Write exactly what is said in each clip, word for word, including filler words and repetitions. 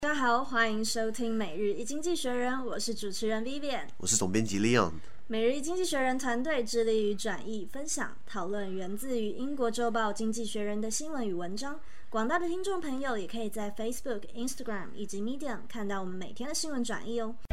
大家好，欢迎收听每日一经济学人，我是主持人 Vivian， 我是总编辑 Leon。 每日一经济学人团队致力于转译、分享、讨论源自于英国周报《经济学人》的新闻与文章。广大的听众朋友也可以在 Facebook、Instagram 以及 Medium 看到我们每天的新闻转译哦。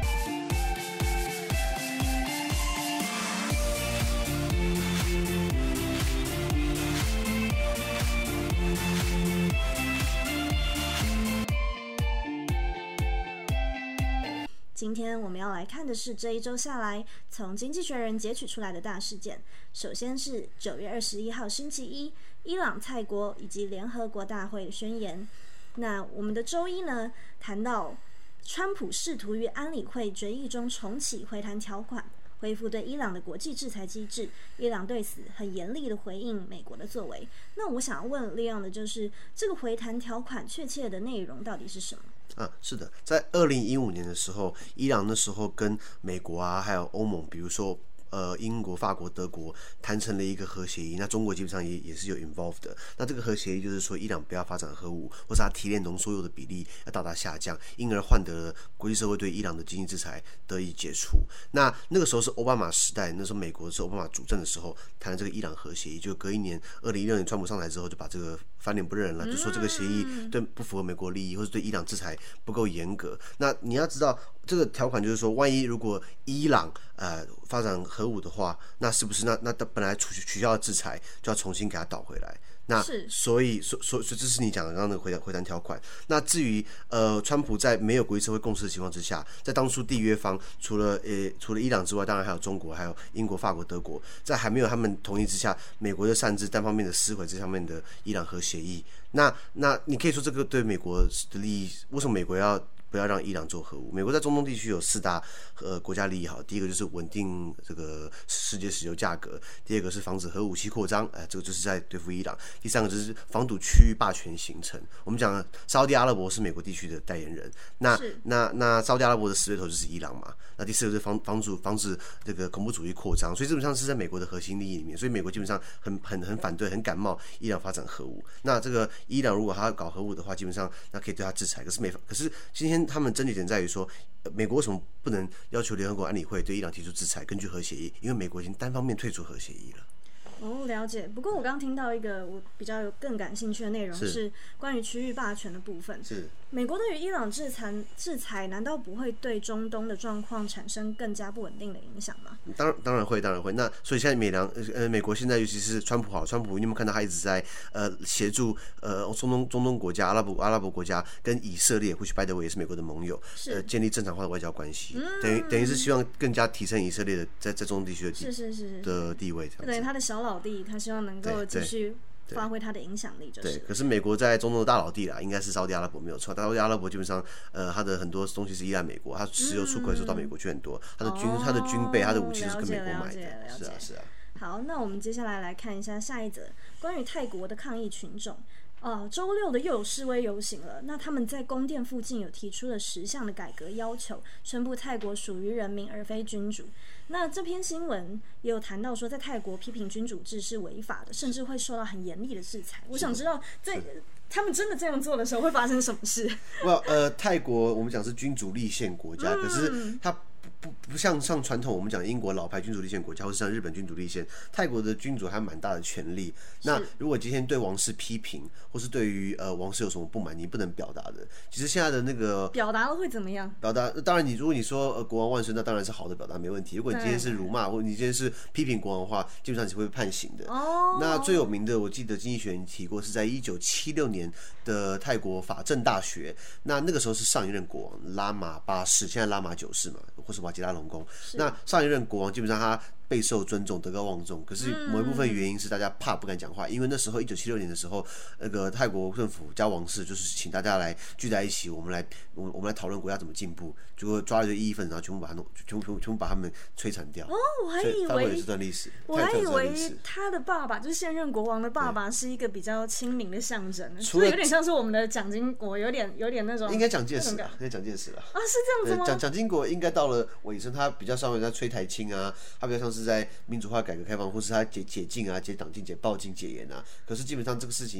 今天我们要来看的是这一周下来从经济学人截取出来的大事件。首先是九月二十一号星期一，伊朗、泰国以及联合国大会的宣言。那我们的周一呢，谈到川普试图于安理会决议中重启回弹条款，恢复对伊朗的国际制裁机制。伊朗对此很严厉的回应美国的作为。那我想要问Leon的就是，这个回弹条款确切的内容到底是什么？ 啊，是的，在二零一五年的时候，伊朗那时候跟美国啊，还有欧盟，比如说呃英国、法国、德国谈成了一个核协议。那中国基本上也也是有 involved 的。那这个核协议就是说，伊朗不要发展核武，或是它提炼浓缩铀的比例要大大下降，因而换得了国际社会对伊朗的经济制裁得以解除。那那个时候是奥巴马时代，那时候美国是奥巴马主政的时候谈了这个伊朗核协议。就隔一年，二零一六年川普上台之后，就把这个翻脸不认人了，就说这个协议对不符合美国利益，或是对伊朗制裁不够严格。那你要知道，这个条款就是说，万一如果伊朗呃发展核武的话，那是不是那那本来取取消的制裁就要重新给它倒回来？那所以所所所以这是你讲的刚刚的回弹回弹条款。那至于呃，川普在没有国际社会共识的情况之下，在当初缔约方除了呃除了伊朗之外，当然还有中国、还有英国、法国、德国，在还没有他们同意之下，美国就擅自单方面的撕毁这上面的伊朗核协议。那那你可以说这个对美国的利益，为什么美国要不要让伊朗做核武？美国在中东地区有四大呃国家利益，好，第一个就是稳定这个世界石油价格，第二个是防止核武器扩张，哎、呃，这个就是在对付伊朗，第三个就是防堵区域霸权形成。我们讲沙特阿拉伯是美国地区的代言人，那那那沙特阿拉伯的死对头就是伊朗嘛。那第四个是防防止防止这个恐怖主义扩张，所以基本上是在美国的核心利益里面，所以美国基本上很很很反对、很感冒伊朗发展核武。那这个伊朗如果他要搞核武的话，基本上那可以对他制裁。可是美可是今天他们争议点在于说，美国为什么不能要求联合国安理会对伊朗提出制裁？根据核协议，因为美国已经单方面退出核协议了。 哦，了解。不过我刚刚听到一个我比较有更感兴趣的内容，是关于区域霸权的部分。 是美国对于伊朗制裁制裁，难道不会对中东的状况产生更加不稳定的影响吗？ 当然当然会，当然会。那所以现在美良呃美国现在尤其是川普好，川普你有没有看到他一直在呃协助呃中东中东国家、阿拉伯阿拉伯国家跟以色列，或许拜登也是美国的盟友，呃建立正常化的外交关系，嗯、等于等于是希望更加提升以色列的在在中东地区的地是是是的地位，这样子。 等于他的小老弟，他希望能够继续发挥他的影响力，就是。 对，可是美国在中东的大老弟啦，应该是沙特阿拉伯没有错。沙特阿拉伯基本上，呃，他的很多东西是依赖美国，他石油出口也是到美国去很多，他的军、他的军备、他的武器都是跟美国买的。是啊，是啊。 好，那我们接下来来看一下下一则关于泰国的抗议群众。哦，周六的又有示威游行了。那他们在宫殿附近有提出了十项的改革要求，宣布泰国属于人民而非君主。那这篇新闻也有谈到说，在泰国批评君主制是违法的，甚至会受到很严厉的制裁。我想知道，在他们真的这样做的时候会发生什么事？ 不，呃，泰国我们讲是君主立宪国家，嗯、可是它不不像像传统我们讲英国老牌君主立宪国家，或是像日本君主立宪，泰国的君主还蛮大的权力。那如果今天对王室批评，或是对于呃王室有什么不满，你不能表达的。其实现在的那个表达了会怎么样？ 表达当然你如果你说呃国王万岁，那当然是好的表达没问题。如果你今天是辱骂，或你今天是批评国王的话，基本上你是会被判刑的。哦。那最有名的，我记得经济学人提过，是在一九七六年的泰国法政大学。那那个时候是上一任国王拉玛八世，现在拉玛九世嘛，或是瓦吉拉隆功。那上一任国王基本上他备受尊重，德高望重。可是某一部分原因是大家怕不敢讲话，因为那时候一九七六年的时候，那个泰国政府加王室就是请大家来聚在一起，我们来我们我们来讨论国家怎么进步，结果抓了一堆异议分子，然后全部把他弄，全部全部全部把他们摧残掉。 哦，我还以为这段历史， 我还以为他的爸爸就是现任国王的爸爸是一个比较亲民的象征，所以有点像是我们的蒋经国，有点有点那种。 应该蒋介石啊，应该蒋介石啊。 啊，是这样子吗？ 蒋蒋经国应该到了尾声，他比较稍微在吹台青啊，他比较像是在民主化、改革开放，或是他解解禁啊、解党禁、解报禁、解严啊。可是基本上这个事情应该是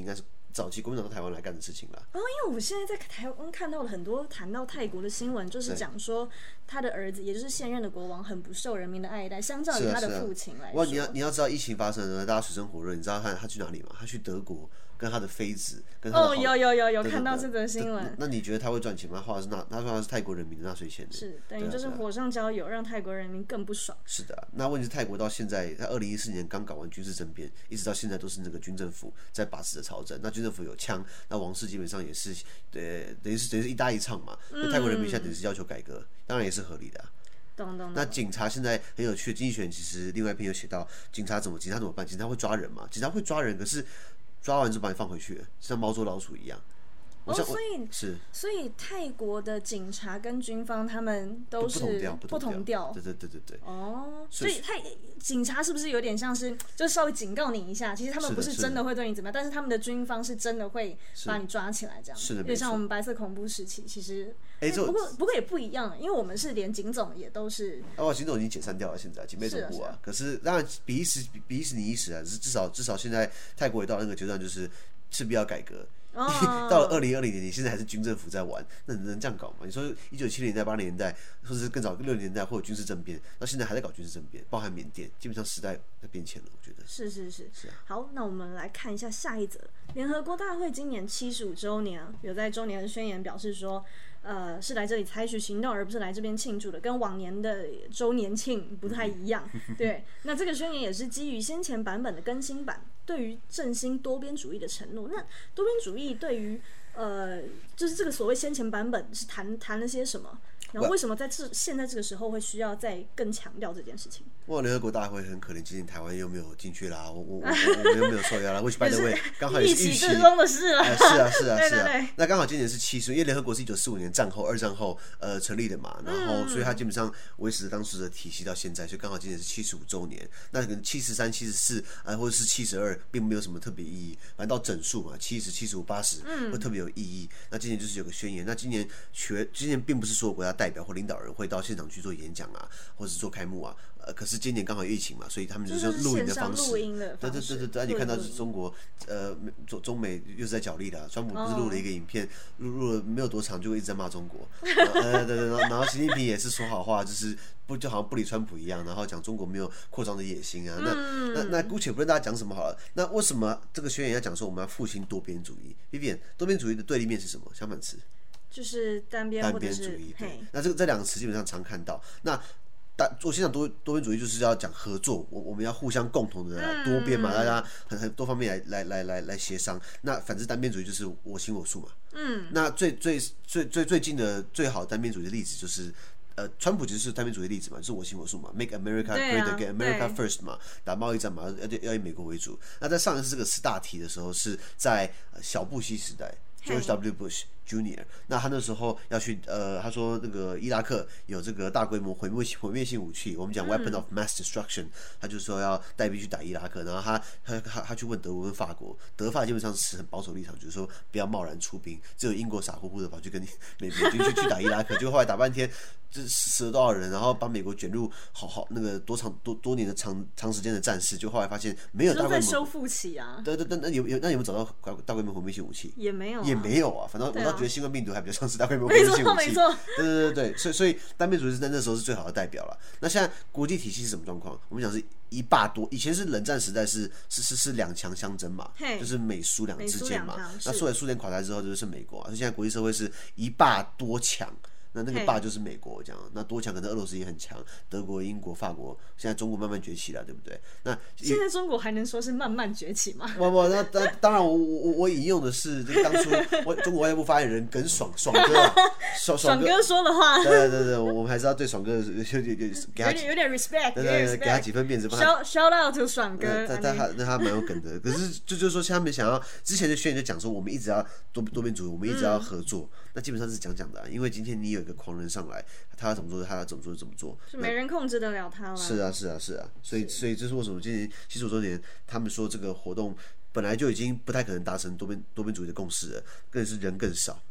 早期国民党到台湾来干的事情啦。 哦，因为我现在在台湾看到了很多谈到泰国的新闻，就是讲说他的儿子，也就是现任的国王，很不受人民的爱戴，相较于他的父亲来说。 哇、啊，你要你要知道疫情发生了，大家水深火热，你知道他他去哪里吗？他去德国。跟他的妃子，跟他的哦，有有有有看到这则新闻。 那你觉得他会赚钱吗？他花的是纳，他花的是泰国人民的纳税钱的， 是等于就是火上浇油，让泰国人民更不爽。 是的、啊，那问题是泰国到现在，他二零一四年刚搞完军事政变，一直到现在都是那个军政府在把持着朝政。那军政府有枪，那王室基本上也是，呃，等于是等于是一搭一唱嘛。那、嗯、泰国人民现在等于是要求改革，当然也是合理的、啊。 懂懂。 那警察现在很有趣，经济学人其实另外一篇有写到，警察怎么警察怎么办？警察会抓人嘛？警察会抓人，可是。抓完就把你放回去了，像猫捉老鼠一样。 哦，所以是， 所以泰国的警察跟军方他们都是不同调， 不同调。 对对对对对。 哦，所以泰警察是不是有点像是，就是稍微警告你一下？其实他们不是真的会对你怎么样，但是他们的军方是真的会把你抓起来这样。 是的， 有点像我们白色恐怖时期，其实。 哎、欸， 不过不过也不一样，因为我们是连警总也都是。 哦，警总已经解散掉了，现在警备总部啊。可是当然比一时比一时你一时啊，至少至少现在泰国也到那个阶段，就是势必要改革。哦、到了二零二零年，你现在还是军政府在玩，那你能这样搞吗？你说一九七零年代、八零年代，或者是更早六零年代会有军事政变，到现在还在搞军事政变，包含缅甸，基本上时代在变迁了，我觉得。 是是是。 是啊。 好，那我们来看一下下一则，联合国大会今年七十五周年，有在周年宣言表示说。呃，是来这里采取行动，而不是来这边庆祝的，跟往年的周年庆不太一样。对，那这个宣言也是基于先前版本的更新版，对于振兴多边主义的承诺。那多边主义对于呃，就是这个所谓先前版本是谈谈了些什么？然后为什么在这现在这个时候会需要再更强调这件事情？ 哇，联合国大会很可怜，今年台湾又没有进去啦，我我我我又没有受邀啦。Which by the way， 刚好也是预期之中的事了。 呃、是啊是啊是啊。 对对对， 那刚好今年是七十，因为联合国是一九四五年战后二战后呃成立的嘛，然后所以它基本上维持当时的体系到现在，所以刚好今年是七十五周年。那可能七十三、七十四啊，或者是七十二，并没有什么特别意义，反正到整数嘛，七十、七十五、八十会特别有意义。那今年就是有个宣言，那今年学今年并不是所有国家代表或领导人会到现场去做演讲啊，或者是做开幕啊。呃，可是今年刚好有疫情嘛，所以他们就是用录音的方式。 录音的对对对对对，你看到是中国，呃，中中美又是在角力的、啊。川普不是录了一个影片，录录了没有多长，就一直在骂中国。呃，对对，然后习近平也是说好话，就是不就好像不理川普一样，然后讲中国没有扩张的野心啊。那、嗯、那那姑且不论大家讲什么好了，那为什么这个宣言要讲说我们要复兴多边主义 ？Vivian， 多边主义的对立面是什么？相反词？ 就是单边或者是单边主义。对，那这个这两个词基本上常看到。那我先讲多多边主义，就是要讲合作，我我们要互相共同的来多边嘛，大家很很多方面来来来来来协商。那反之单边主义就是我行我素嘛。嗯。那最最最最最近的最好的单边主义的例子就是，呃，川普就是单边主义的例子嘛，就是我行我素嘛 ，Make America Great Again， America First 嘛，打贸易战嘛，要要以美国为主。那在上一次这个十大题的时候，是在小布希时代 ，George W. Bush Junior 那他那时候要去呃，他说那个伊拉克有这个大规模毁灭性毁灭性武器，我们讲 weapon of mass destruction，、嗯、他就说要带兵去打伊拉克，然后他他他他去问德国跟法国，德法基本上是很保守立场，就是说不要贸然出兵，只有英国傻乎乎的跑去跟美美军去去打伊拉克，结果后来打半天，这死了多少人，然后把美国卷入好好那个多长多多年的长长时间的战事，就后来发现没有大规模收复起啊， 对对对，那有有那有没有找到大规模毁灭性武器？ 也没有、啊， 也没有啊，反正我倒觉得新冠病毒还比较像是大规模毁灭性武器， 没错， 对对对对，所以所以单边主义是在那时候是最好的代表了。那现在国际体系是什么状况？我们讲是一霸多，以前是冷战时代是是是是两强相争嘛，就是美苏两之间嘛。那后来苏联垮台之后就是美国啊，所以现在国际社会是一霸多强。那那个霸就是美国这样，那多强可能俄罗斯也很强，德国、英国、法国，现在中国慢慢崛起了，对不对？那现在中国还能说是慢慢崛起吗？ 不不，那当当然我我我引用的是这个当初我中国外交部发言人耿爽爽哥啊，爽爽哥说的话。 对对对，我们还是要对爽哥有有有给他有点 respect， 对对对，给他几分面子。 shout shout out to 爽哥， 但但他那他蛮有梗的。可是就就是说，他们想要之前的宣言就讲说，我们一直要多多边主义，我们一直要合作。嗯、那基本上是讲讲的、啊，因为今天你有一个狂人上来。他要怎么做，他要怎么做就怎么做， 就没人控制得了他了。 是啊，是啊，是啊，所以，所以这是为什么今年七十五周年，他们说这个活动本来就已经不太可能达成多边多边主义的共识了，更是人更少。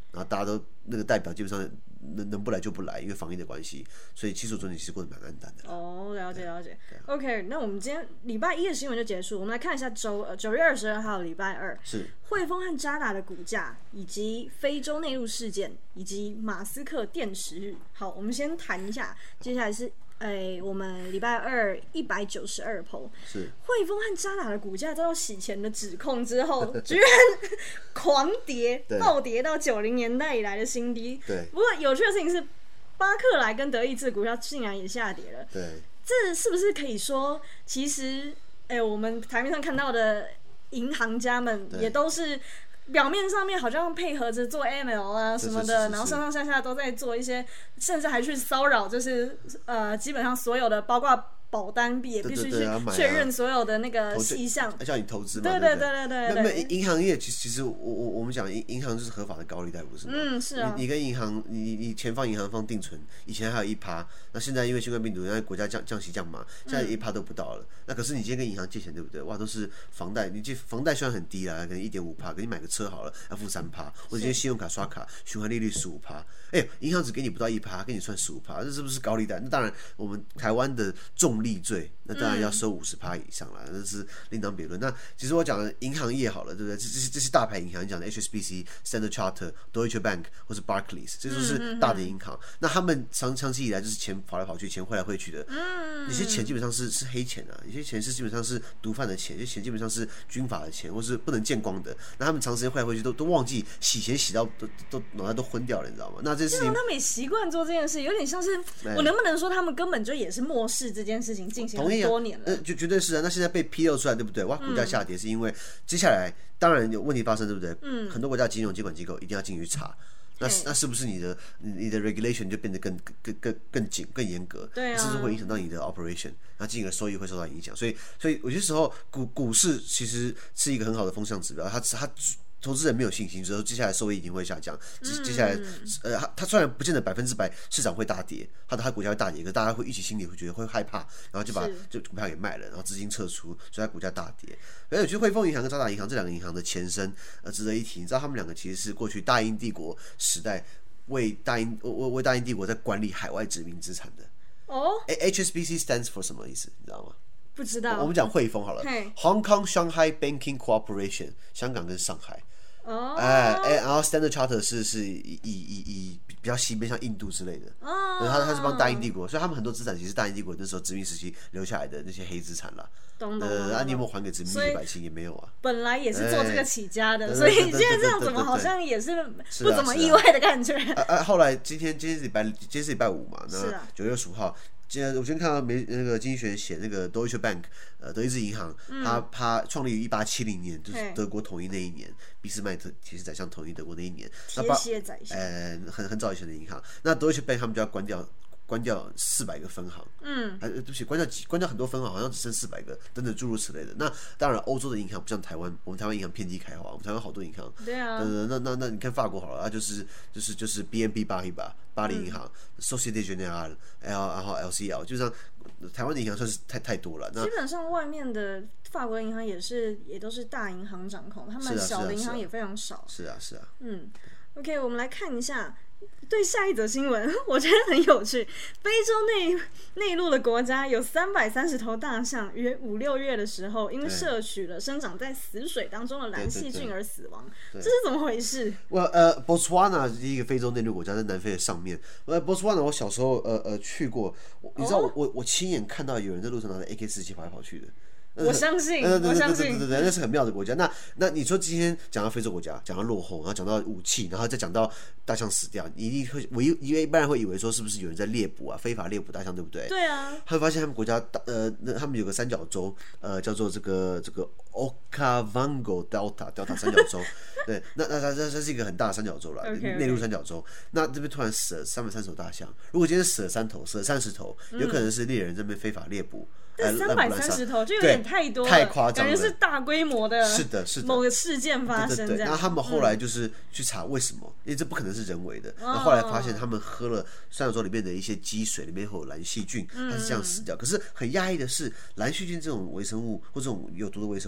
然后大家都那个代表基本上能能不来就不来，因为防疫的关系，所以其实我昨天其实过得蛮暗淡的。 哦，了解了解。OK， 那我们今天礼拜一的新闻就结束，我们来看一下周二九月二十二号礼拜二， 是汇丰和渣打的股价，以及非洲内陆事件，以及马斯克电池日。好，我们先谈一下，接下来是。哎，我们礼拜二一百九十二 P O， 是汇丰和渣打的股价遭到洗钱的指控之后，居然狂跌，暴跌到九零年代以来的新低。 对， 不过有趣的事情是，巴克莱跟德意志股票竟然也下跌了。 对， 这是不是可以说，其实哎，我们台面上看到的银行家们也都是。表面上面好像配合着做 M L 啊什么的，然后上上下下都在做一些，甚至还去骚扰，就是呃，基本上所有的，包括保单也必须去确认所有的那个细项， 叫你投资嘛。 对对对对对对。 那银行业其实其实我我我们讲银银行就是合法的高利贷，不是吗？ 嗯，是啊。 你你跟银行，你你钱放银行放定存，以前还有一趴，那现在因为新冠病毒，现在国家降降息降嘛，现在一趴都不到了。那可是你今天跟银行借钱，对不对？哇，都是房贷，你借房贷虽然很低啦，可能一点五趴，可你买个车好了要付三趴，或者今天信用卡刷卡循环利率十五趴，哎，银行只给你不到一趴，给你算十五趴，这是不是高利贷？那当然，我们台湾的重利罪，那当然要收五十趴以上啦，那是另当别论。那其实我讲的银行业好了，对不对？这这些这些大牌银行，你讲的 H S B C、Standard Chartered、Deutsche Bank 或是 Barclays， 这都是大的银行。嗯嗯嗯那他们长长期以来就是钱跑来跑去，钱汇来汇去的。嗯，有些钱基本上是是黑钱啊，有些钱是基本上是毒贩的钱，有些钱基本上是军阀的钱，或是不能见光的。那他们长时间汇来汇去都都忘记洗钱，洗到都都脑袋都昏掉了，你知道吗？那这事情他们也习惯做这件事，有点像是我能不能说他们根本就也是漠视这件事情进行很多年了？ 呃，就绝对是啊。那现在被披露出来，对不对？哇，股价下跌是因为接下来当然有问题发生，对不对？嗯，很多国家金融监管机构一定要进去查。那那是不是你的你的 regulation 就变得更更更更紧更严格？ 对啊， 甚至会影响到你的 operation， 那进而收益会受到影响。所以所以有些时候股股市其实是一个很好的风向指标，它它。投资人没有信心之后，接下来收益一定会下降。接下来，呃，它虽然不见得百分之百市场会大跌，它的它股价会大跌，可是大家会预期心里会觉得会害怕，然后就把就股票给卖了，然后资金撤出，所以它股价大跌。而且，其实汇丰银行跟渣打银行这两个银行的前身，呃，值得一提。你知道他们两个其实是过去大英帝国时代为大英为为大英帝国在管理海外殖民资产的。 哦 ，H S B C stands for 什么意思？你知道吗？ 不知道。 我们讲汇丰好了 ，Hong Kong Shanghai Banking Corporation， 香港跟上海。哦，哎哎，然后 Standard Chartered 是是以以以以比较西边，像印度之类的。哦，他他是帮大英帝国，所以他们很多资产其实大英帝国那时候殖民时期留下来的那些黑资产啦。 懂懂。 呃，那你有没有还给殖民地百姓？也没有啊。 本来也是做这个起家的，所以现在这样怎么好像也是不怎么意外的感觉。 啊，后来今天今天是礼拜今天是礼拜五嘛？那九月十五号。今天我今天看到没那个经济学人写那个 Deutsche Bank， 呃，德意志银行，嗯、它它创立于一八七零年，就是德国统一那一年，俾斯麦特铁血宰相统一德国那一年， 铁血宰相， 呃，很很早以前的银行。那 Deutsche Bank 他们就要关掉。关掉四百个分行，嗯，哎，对不起，关掉几关掉很多分行，好像只剩四百个，等等诸如此类的。那当然，欧洲的银行不像台湾，我们台湾银行遍地开花，我们台湾好多银行。 对啊。 呃，那那那你看法国好了，它就是就是就是 B N P 巴黎吧，巴黎银行、嗯、Société Générale， 然后 L C L， 就像台湾的银行算是太太多了。那基本上外面的法国银行也是也都是大银行掌控，他们小的银行也非常少。 是啊，是啊。是啊嗯 ，OK， 我们来看一下。对下一则新闻，我觉得很有趣。非洲内内陆的国家有三百三十头大象，约五六月的时候，因为摄取了生长在死水当中的蓝细菌而死亡。这是怎么回事？ 我呃，Botswana 是一个非洲内陆国家，在南非的上面。呃 ，Botswana 我小时候呃呃去过，你知道我我我亲眼看到有人在路上拿着 A K 四十七跑来跑去的。 我相信， 呃， 我相信， 对对对对，那是很妙的国家。那那你说今天讲到非洲国家，讲到落后，然后讲到武器，然后再讲到大象死掉，你一定会，我因为一般人会以为说是不是有人在猎捕啊，非法猎捕大象，对不对？ 对啊。 他会发现他们国家呃，那他们有个三角洲，呃，叫做这个这个 Okavango Delta Delta 三角洲。对，那那它它是一个很大的三角洲啦， okay, okay. 内陆三角洲。那这边突然死了三百三十头大象，如果今天死了三头，死了三十头，有可能是猎人这边非法猎捕。 但三百三十头就有点太多了， 太夸张了， 感觉是大规模的， 是的，是的， 某个事件发生这样。 对对对，然后他们后来就是去查为什么，嗯、因为这不可能是人为的。然后后来发现他们喝了三角洲里面的一些积水，里面会有蓝细菌，它是这样死掉。嗯、可是很讶异的是，蓝细菌这种微生物或这种有毒的微生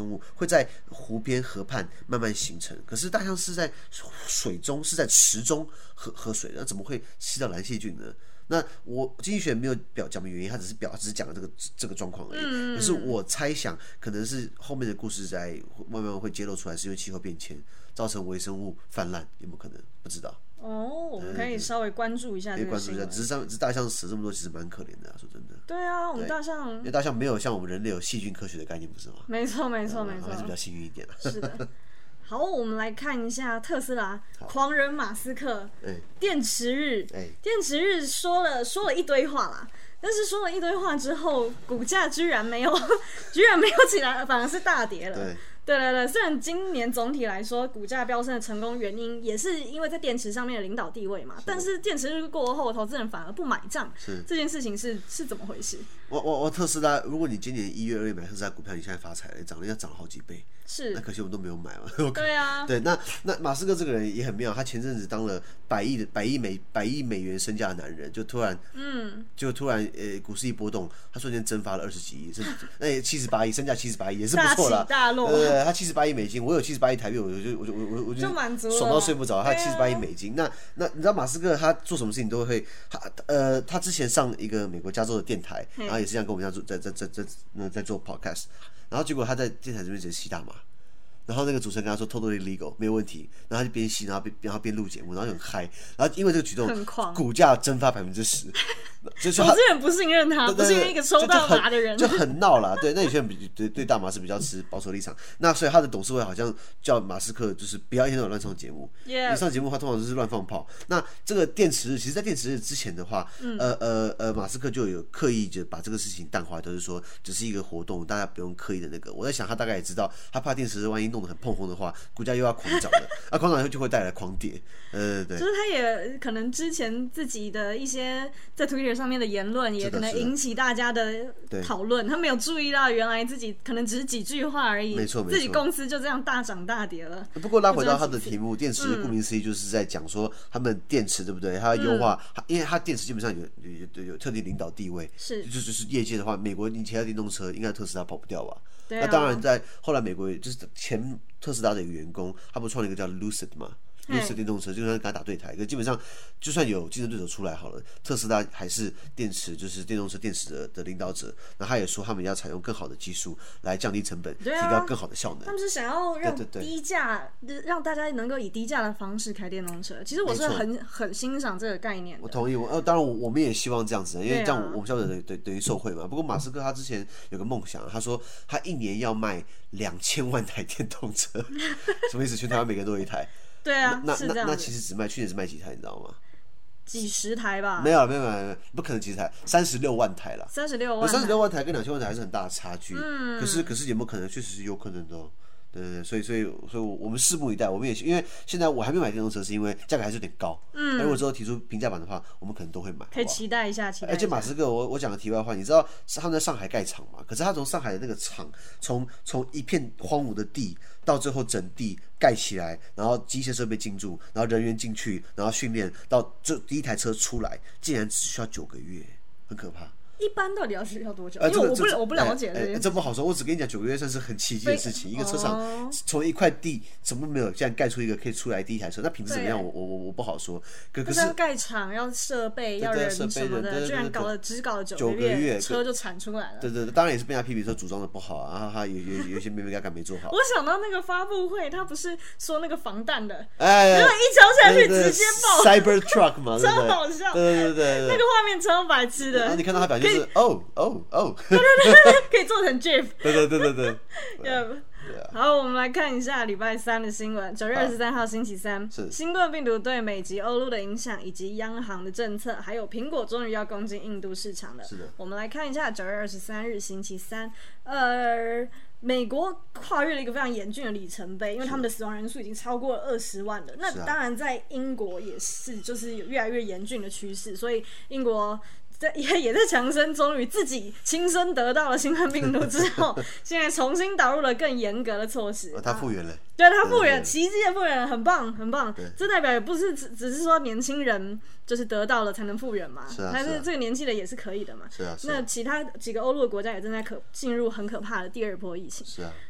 物会在湖边、河畔慢慢形成。可是大象是在水中，是在池中喝喝水的，那怎么会吸到蓝细菌呢？那我经济学没有表讲明原因，他只是表，只是讲了这个这个状况而已。嗯、可是我猜想，可能是后面的故事在慢慢会揭露出来，是因为气候变迁造成微生物泛滥，有没有可能？不知道。 哦，我们可以稍微关注一下这个新闻。 只是上，只是大象死这么多，其实蛮可怜的、啊。说真的。 对啊，我们大象， 因为大象没有像我们人类有细菌科学的概念，不是吗？ 没错，没错，没错， 还是比较幸运一点、啊。 是的。好，我们来看一下特斯拉狂人马斯克、欸、电池日、欸，电池日说了说了一堆话啦，但是说了一堆话之后，股价居然没有，居然没有起来，反而是大跌了。对。对对对，虽然今年总体来说股价飙升的成功原因也是因为在电池上面的领导地位嘛，是但是电池日过后，投资人反而不买账，是这件事情是是怎么回事？ 我我我特斯拉，如果你今年一月、二月买特斯拉股票，你现在发财了，涨了要涨了好几倍， 是那可惜我们都没有买嘛。 对啊， 对，那那马斯克这个人也很妙，他前阵子当了百亿的百亿美百亿美元身价的男人，就突然嗯，就突然呃股市一波动，他瞬间蒸发了二十几亿，是那七十八亿，身价七十八亿也是不错啦， 大起大落。 呃，他七十八亿美金，我有七十八亿台币，我就我就我我我就爽到睡不着。他七十八亿美金，那那你知道马斯克他做什么事情都会，他呃他之前上一个美国加州的电台，然后也是这样跟我们一样做在在在在在在做 podcast， 然后结果他在电台这边直接吸大麻。然后那个主持人跟他说 totally legal 没有问题，然后他就边吸，然后边然后边录节目，然后就很嗨，然后因为这个举动，股价蒸发百分之十， 就是投资人不信任他，不信任一个抽大麻的人， 就很闹啦。对，那有些人比对对大麻是比较持保守立场，那所以他的董事会好像叫马斯克就是不要一天到晚乱上节目， yeah. 你上节目的话通常就是乱放炮。那这个电池日，其实在电池日之前的话，嗯、呃呃呃，马斯克就有刻意就把这个事情淡化，就是说只是一个活动，大家不用刻意的那个。我在想他大概也知道，他怕电池日万一弄得很碰红的话，股价又要狂涨了，啊，狂涨就会带来狂跌，呃，对， 就是他也可能之前自己的一些在 Twitter 上面的言论，也可能引起大家的讨论，他没有注意到原来自己可能只是几句话而已， 没错， 自己公司就这样大涨大跌了。 不过拉回到他的题目，电池顾名思义就是在讲说他们电池对不对？它优化，嗯、因为它电池基本上有有有有特定领导地位，是，就就是业界的话，美国你其他电动车应该特斯拉跑不掉吧？啊、那当然在后来美国就是前特斯拉的一个员工，他不是创了一个叫 Lucid 嘛？Lucid 电动车就算跟他打对台，可基本上就算有竞争对手出来好了，特斯拉还是电池就是电动车电池 的, 的领导者。那他也说他们要采用更好的技术来降低成本，提高更好的效能。 他们是想要让低价，让大家能够以低价的方式开电动车。其实我是很很欣赏这个概念的。 我同意，我呃当然我们也希望这样子，因为这样我们消费者等等于受惠嘛。不过马斯克他之前有个梦想，他说他一年要卖两千万台电动车，什么意思？全台湾每个人都有一台。 对啊， 那是这样子。 那那其实只卖去年是卖几台，你知道吗？ 几十台吧？ 没有没有没有，不可能几十台，三十六万台了。 三十六万， 三十六万台跟两千万台还是很大的差距。嗯，可是可是有没有可能？确实是有可能的、哦。对对对，所以所以所以我们拭目以待。我们也因为现在我还没买电动车，是因为价格还是有点高。嗯，如果之后提出平价版的话，我们可能都会买。 可以期待一下，期待一下。 而且马斯克，我我讲个题外话，你知道他们在上海盖厂嘛？可是他从上海的那个厂，从从一片荒芜的地到最后整地盖起来，然后机械设备进驻，然后人员进去，然后训练，到这第一台车出来，竟然只需要九个月，很可怕。 一般到底要需要多久？因为我不我不了解这、 欸欸、这不好说。我只跟你讲，九个月算是很奇迹的事情。一个车厂从一块地什么没有，这样盖出一个可以出来第一台车，那品质怎么样？我我我我不好说。可可是要盖厂、要设备、要人什么的，居然搞了只搞了九个月，车就产出来了。 对对对，当然也是被他批评说组装的不好啊，然后他有有有一些没没干干没做好。 我想到那个发布会，他不是说那个防弹的，哎，结果一敲下去直接爆 ，Cyber Truck 嘛， 超好笑。 对对对对， 那个画面超白痴的。 然后你看到他表情是哦哦。哦， 对对对对，可以做成 GIF。 对对对对对。 yeah. 好，我们来看一下礼拜三的新闻。九月二十三号星期三，新冠病毒对美籍欧陆的影响，以及央行的政策，还有苹果终于要攻进印度市场了。是的，我们来看一下九月二十三日星期三，呃。美国跨越了一个非常严峻的里程碑，因为他们的死亡人数已经超过了二十万了。那当然，在英国也是，就是有越来越严峻的趋势，所以英国在也也在强生，终于自己亲身得到了新冠病毒之后，现在重新导入了更严格的措施。 哦、他复原了， 对他复原，奇迹的复原了，很棒，很棒。这代表也不是只只是说年轻人就是得到了才能复原嘛，是啊，但是这个年纪的也是可以的嘛。是啊，是啊，那其他几个欧陆的国家也正在可进入很可怕的第二波疫情。是啊。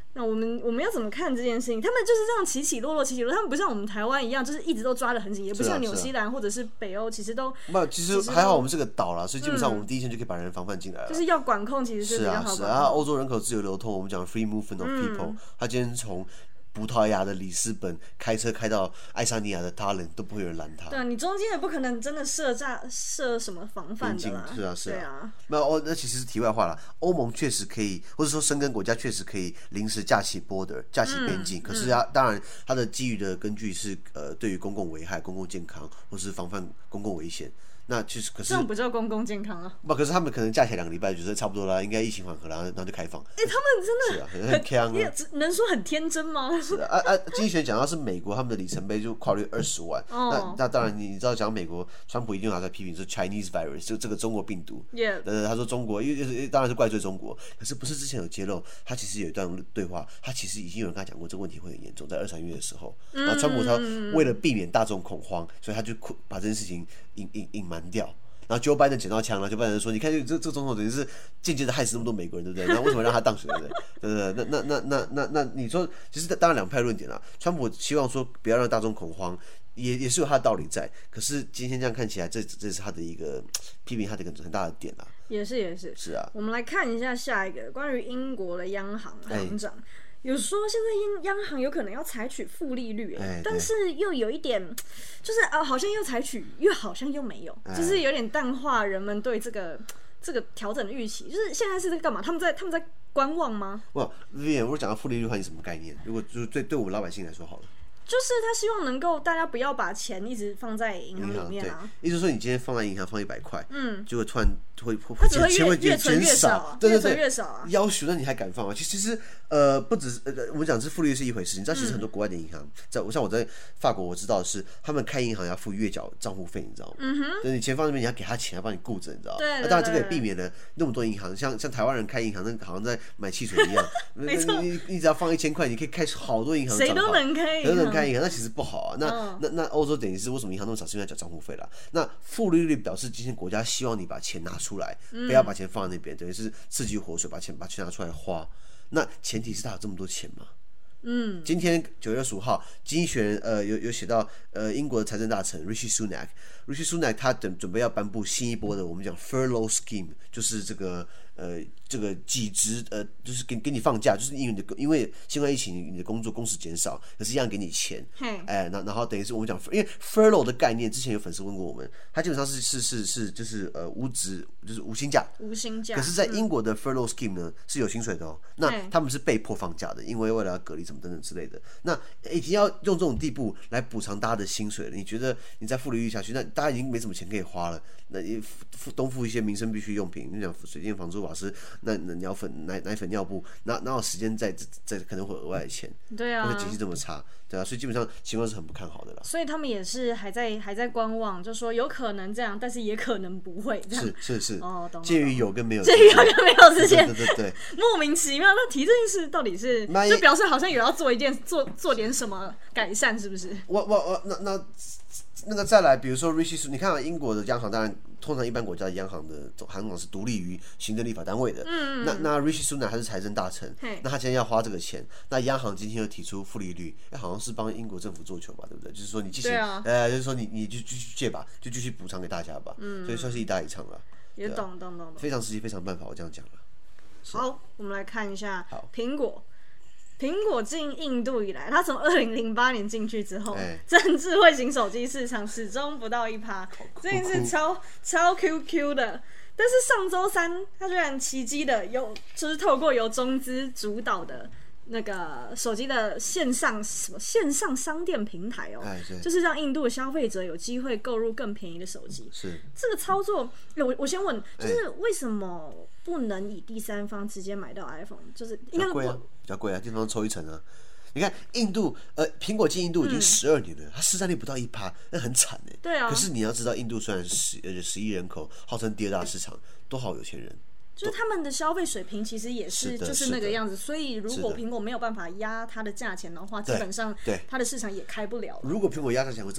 那我们我们要怎么看这件事情？他们就是这样起起落落，起起落落，他们不像我们台湾一样，就是一直都抓得很紧，也不像纽西兰或者是北欧，其实都不，其实还好我们是个岛啦，所以基本上我们第一天就可以把人防范进来了。 就是要管控，其实是比较好管控。 是啊，是啊，欧洲人口自由流通，我们讲 free movement of people，他、嗯、今天从葡萄牙的里斯本开车开到爱沙尼亚的塔林都不会有人拦他。 对啊，你中间也不可能真的设炸设什么防范的啦。 是啊，是啊。 对啊。 没有，那其实是题外话啦。欧盟确实可以，或者说申根国家确实可以临时架起 border 架起边境，嗯、可是它、嗯、当然它的基于的根据是呃对于公共危害、公共健康或是防范公共危险。那其实可是这种不叫公共健康啊。 不，可是他们可能架起来两个礼拜，觉得差不多了，应该疫情缓和了，然后就开放。 哎、欸，他们真的是啊，很很强啊。 能说很天真吗？ 是啊，啊啊！经济学讲到是美国他们的里程碑就跨越二十万。哦、那那当然，你知道讲美国，川普一定拿出来批评是 Chinese virus， 就这个中国病毒。 Yeah。 呃，他说中国，因为当然是怪罪中国，可是不是之前有揭露，他其实有一段对话，他其实已经有人跟他讲过这个问题会很严重，在二三月的时候，然后川普他为了避免大众恐慌，所以他就把这件事情隐隐隐瞒掉。然后 Joe Biden 捡到枪了 ，Joe Biden 说：“你看，这这总统等于是间接的害死那么多美国人，对不对？那为什么让他当选？对不对？对不对？那那那那那那，你说，其实当然两派论点啦。川普希望说不要让大众恐慌，也也是有他的道理在。可是今天这样看起来，这这是他的一个批评他的一个很大的点啦。 也是也是是啊。 我们来看一下下一个关于英国的央行行长。欸有说现在央行有可能要采取负利率、欸欸，但是又有一点，就是啊，好像又采取，又好像又没有，欸、就是有点淡化人们对这个这个调整的预期。就是现在是在干嘛？他们在他们在观望吗？ 不 ，Vivian， 我讲到负利率的话，你什么概念？如果就是对对我们老百姓来说好了。 就是他希望能够大家不要把钱一直放在银行里面啊。 意思说你今天放在银行放一百块，嗯，结果突然会会它只会越越存越少， 对对对， 越存越少啊。 要求那你还敢放吗？其实其实呃不只是呃我们讲是负利率是一回事，你知道其实很多国外的银行，在我像我在法国我知道的是，他们开银行要付月缴账户费，你知道吗？嗯哼，就是你钱放那边你要给他钱，要帮你顾着，你知道吗？ 对对对。 那当然这个也避免了那么多银行，像像台湾人开银行，那好像在买汽水一样， 没错。 你你只要放一千块，你可以开好多银行， 谁都能开银行， 谁都能开银行，那其实不好。那、哦、那那欧洲等于是为什么银行那么少？是因为要缴账户费啦。那负利率表示今天国家希望你把钱拿出来，嗯、不要把钱放在那边，等于是刺激活水，把钱把钱拿出来花。那前提是他有这么多钱吗？嗯，今天九月二十五号，经济学人呃有有写到呃英国的财政大臣 Rishi Sunak，Rishi Sunak 他等准备要颁布新一波的我们讲 furlough scheme， 就是这个呃这个几职呃就是给给你放假，就是因为你的因为新冠疫情你的工作工时减少，可是一样给你钱，哎、欸，然然后等于是我们讲，因为 furlough 的概念，之前有粉丝问过我们，它基本上是是是是就是呃无职就是无薪假， 无薪假。 可是，在英国的 furlough scheme 呢是有薪水的哦，那他们是被迫放假的，因为为了要隔离什么等等之类的。那已经要用这种地步来补偿大家的薪水了，你觉得你再负利率下去，那大家已经没什么钱可以花了，那你东付一些民生必需用品，你讲水电、房租、瓦斯，那尿粉、奶奶粉、尿布，哪哪有时间再再可能会额外的钱？ 对啊， 那个经济这么差，对啊，所以基本上情况是很不看好的啦。 所以他们也是还在还在观望，就说有可能这样，但是也可能不会这样。 是是是， 哦，懂。 介于有跟没有， 介于有跟没有之间， 对对 对, 对, 对莫名其妙。那提这件事到底是就表示好像有要做一件做做点什么改善，是不是？ 我我我那那那个再来，比如说 Rishi， 你看、啊、英国的央行，当然通常一般国家的央行的行长是独立于行政立法单位的。嗯那那 Rishi Sunak 他是财政大臣，那他今天要花这个钱，那央行今天又提出负利率，哎，好像是帮英国政府做球吧，对不对？就是说你继续， 啊、 呃，就是说你你就继续借吧，就继续补偿给大家吧。嗯，所以算是一搭一唱了。 也懂懂懂懂， 非常时期非常办法，我这样讲了。 好，我们来看一下苹果。苹果进印度以来，它从二零零八年进去之后，占、欸、智慧型手机市场始终不到一趴，这件事超超 Q Q 的。但是上周三，它居然奇迹的由就是透过由中资主导的那个手机的线上什么线上商店平台哦、喔欸，就是让印度的消费者有机会购入更便宜的手机。 是这个操作，我我先问，就是为什么不能以第三方直接买到 iPhone？ 就是应该贵啊，比较贵啊，地方抽一成啊。你看印度，呃，苹果进印度已经十二年了，嗯、它市占率不到一趴，那很惨哎。 对啊。 可是你要知道，印度虽然是十而且十亿人口，号称第二大市场，都好有钱人。 就是他们的消费水平其实也是就是那个样子，所以如果苹果没有办法压它的价钱的话，基本上它的市场也开不了了。 如果苹果压价钱会怎么样？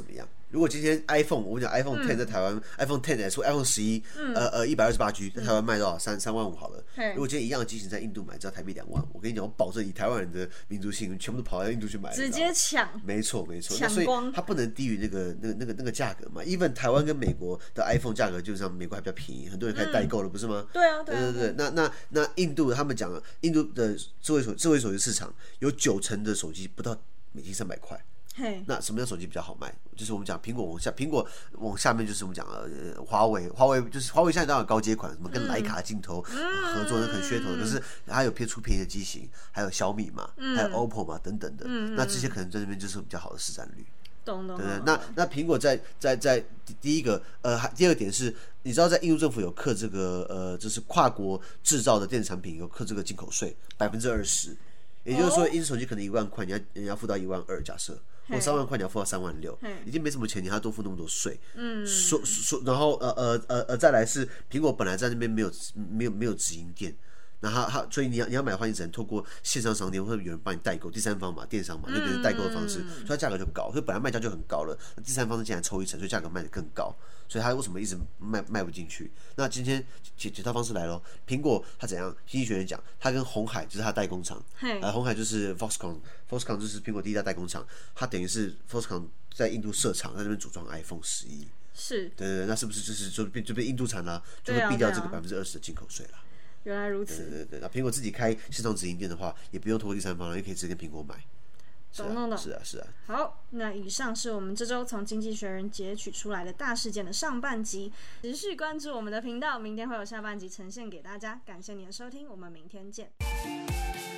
如果今天 iPhone， 我们讲 iPhone 十在台湾、嗯、，iPhone 十 S 或 iPhone 十一、嗯，呃呃一百二十八 G 在台湾卖多少？三三万五好了。如果今天一样的机型在印度买，只要台币两万，我跟你讲，我保证以台湾人的民族性，全部都跑到印度去买， 直接抢。 没错没错，那所以它不能低于那个那个那个那个价格嘛。even 台湾跟美国的 iPhone 价格，基本上美国还比较便宜，很多人开始代购了，嗯、不是吗？ 对啊对啊。 对对对，那那那印度他们讲了，印度的智慧手智慧手机市场有九成的手机不到美金三百块。 Hey. 那什么样手机比较好卖？就是我们讲苹果往下，苹果往下面就是我们讲的华为，华为就是华为现在当然有高阶款，什么跟徕卡镜头合作的很噱头，可、嗯、是它有偏出便宜的机型，还有小米嘛，嗯、还有 O P P O 嘛等等的、嗯，那这些可能在那边就是比较好的市占率。 懂懂。 对对，那那苹果在在在第一个呃，第二个点是，你知道在印度政府有课这个呃，就是跨国制造的电子产品有课这个进口税百分之二十，也就是说，一只手机可能一万块，你要你要付到一万二，假设。或三万块你要付到三万六，已经没什么钱，你还要多付那么多税。嗯，说说，然后呃呃呃呃，再来是苹果本来在那边没有没有没有直营店，那它它所以你要你要买的话，你只能透过线上商店或者有人帮你代购，第三方嘛，电商嘛，就等于代购的方式，所以它价格就高，所以本来卖价就很高了，那第三方竟然抽一成，所以价格卖得更高。所以它为什么一直卖卖不进去？那今天解解套方式来咯，苹果它怎样？经济学人讲，它跟鸿海就是它代工厂，呃，鸿海就是 Foxconn，Foxconn 就是苹果第一大代工厂，它等于是 Foxconn 在印度设厂，在那边组装 iPhone 十一。是，对对对，那是不是就是就变就变印度产啦、啊，就会避掉这个百分之二十的进口税啦？ 原来如此。 对对对，那苹果自己开线上直营店的话，也不用透过第三方了，也可以直接跟苹果买。 懂懂懂， 是啊是啊。 好，那以上是我们这周从《经济学人》截取出来的大事件的上半集，持续关注我们的频道，明天会有下半集呈现给大家。感谢你的收听，我们明天见。